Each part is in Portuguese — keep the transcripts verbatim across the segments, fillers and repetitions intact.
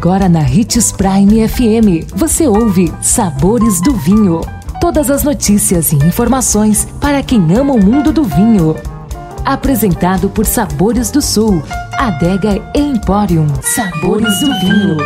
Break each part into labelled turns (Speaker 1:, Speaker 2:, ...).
Speaker 1: Agora na Hits Prime F M, você ouve Sabores do Vinho. Todas as notícias e informações para quem ama o mundo do vinho. Apresentado por Sabores do Sul, Adega Emporium. Sabores do Vinho.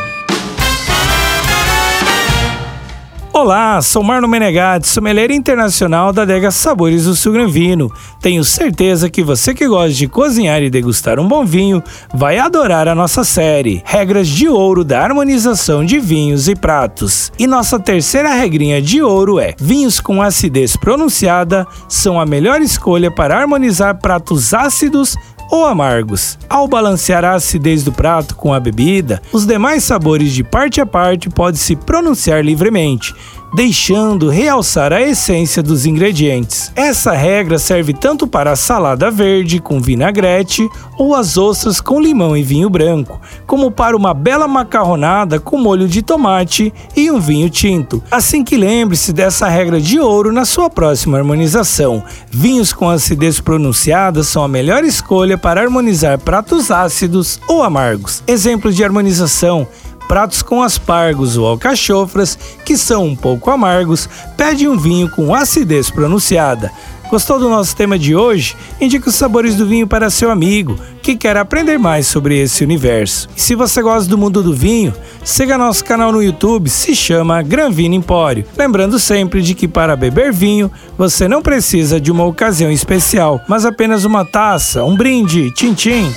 Speaker 2: Olá, sou Marno Menegatti, sommelier internacional da Adega Sabores do Sul Gran Vino. Tenho certeza que você que gosta de cozinhar e degustar um bom vinho vai adorar a nossa série Regras de Ouro da Harmonização de Vinhos e Pratos. E nossa terceira regrinha de ouro é: vinhos com acidez pronunciada são a melhor escolha para harmonizar pratos ácidos ou amargos. Ao balancear a acidez do prato com a bebida, os demais sabores de parte a parte podem se pronunciar livremente, deixando realçar a essência dos ingredientes. Essa regra serve tanto para a salada verde com vinagrete ou as ostras com limão e vinho branco, como para uma bela macarronada com molho de tomate e um vinho tinto. Assim que lembre-se dessa regra de ouro na sua próxima harmonização. Vinhos com acidez pronunciada são a melhor escolha para harmonizar pratos ácidos ou amargos. Exemplos de harmonização: pratos com aspargos ou alcachofras, que são um pouco amargos, pede um vinho com acidez pronunciada. Gostou do nosso tema de hoje? Indique os sabores do vinho para seu amigo que quer aprender mais sobre esse universo. E se você gosta do mundo do vinho, siga nosso canal no YouTube, se chama Gran Vino Empório. Lembrando sempre de que para beber vinho, você não precisa de uma ocasião especial, mas apenas uma taça, um brinde, tchim-tchim.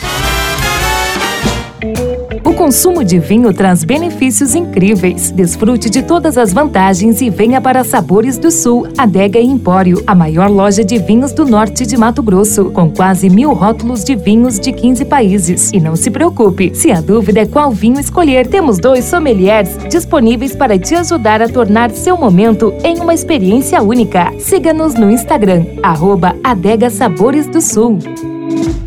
Speaker 1: O consumo de vinho traz benefícios incríveis. Desfrute de todas as vantagens e venha para Sabores do Sul, Adega Empório, a maior loja de vinhos do norte de Mato Grosso, com quase mil rótulos de vinhos de quinze países. E não se preocupe, se a dúvida é qual vinho escolher, temos dois sommeliers disponíveis para te ajudar a tornar seu momento em uma experiência única. Siga-nos no Instagram, arroba Adega Sabores do Sul.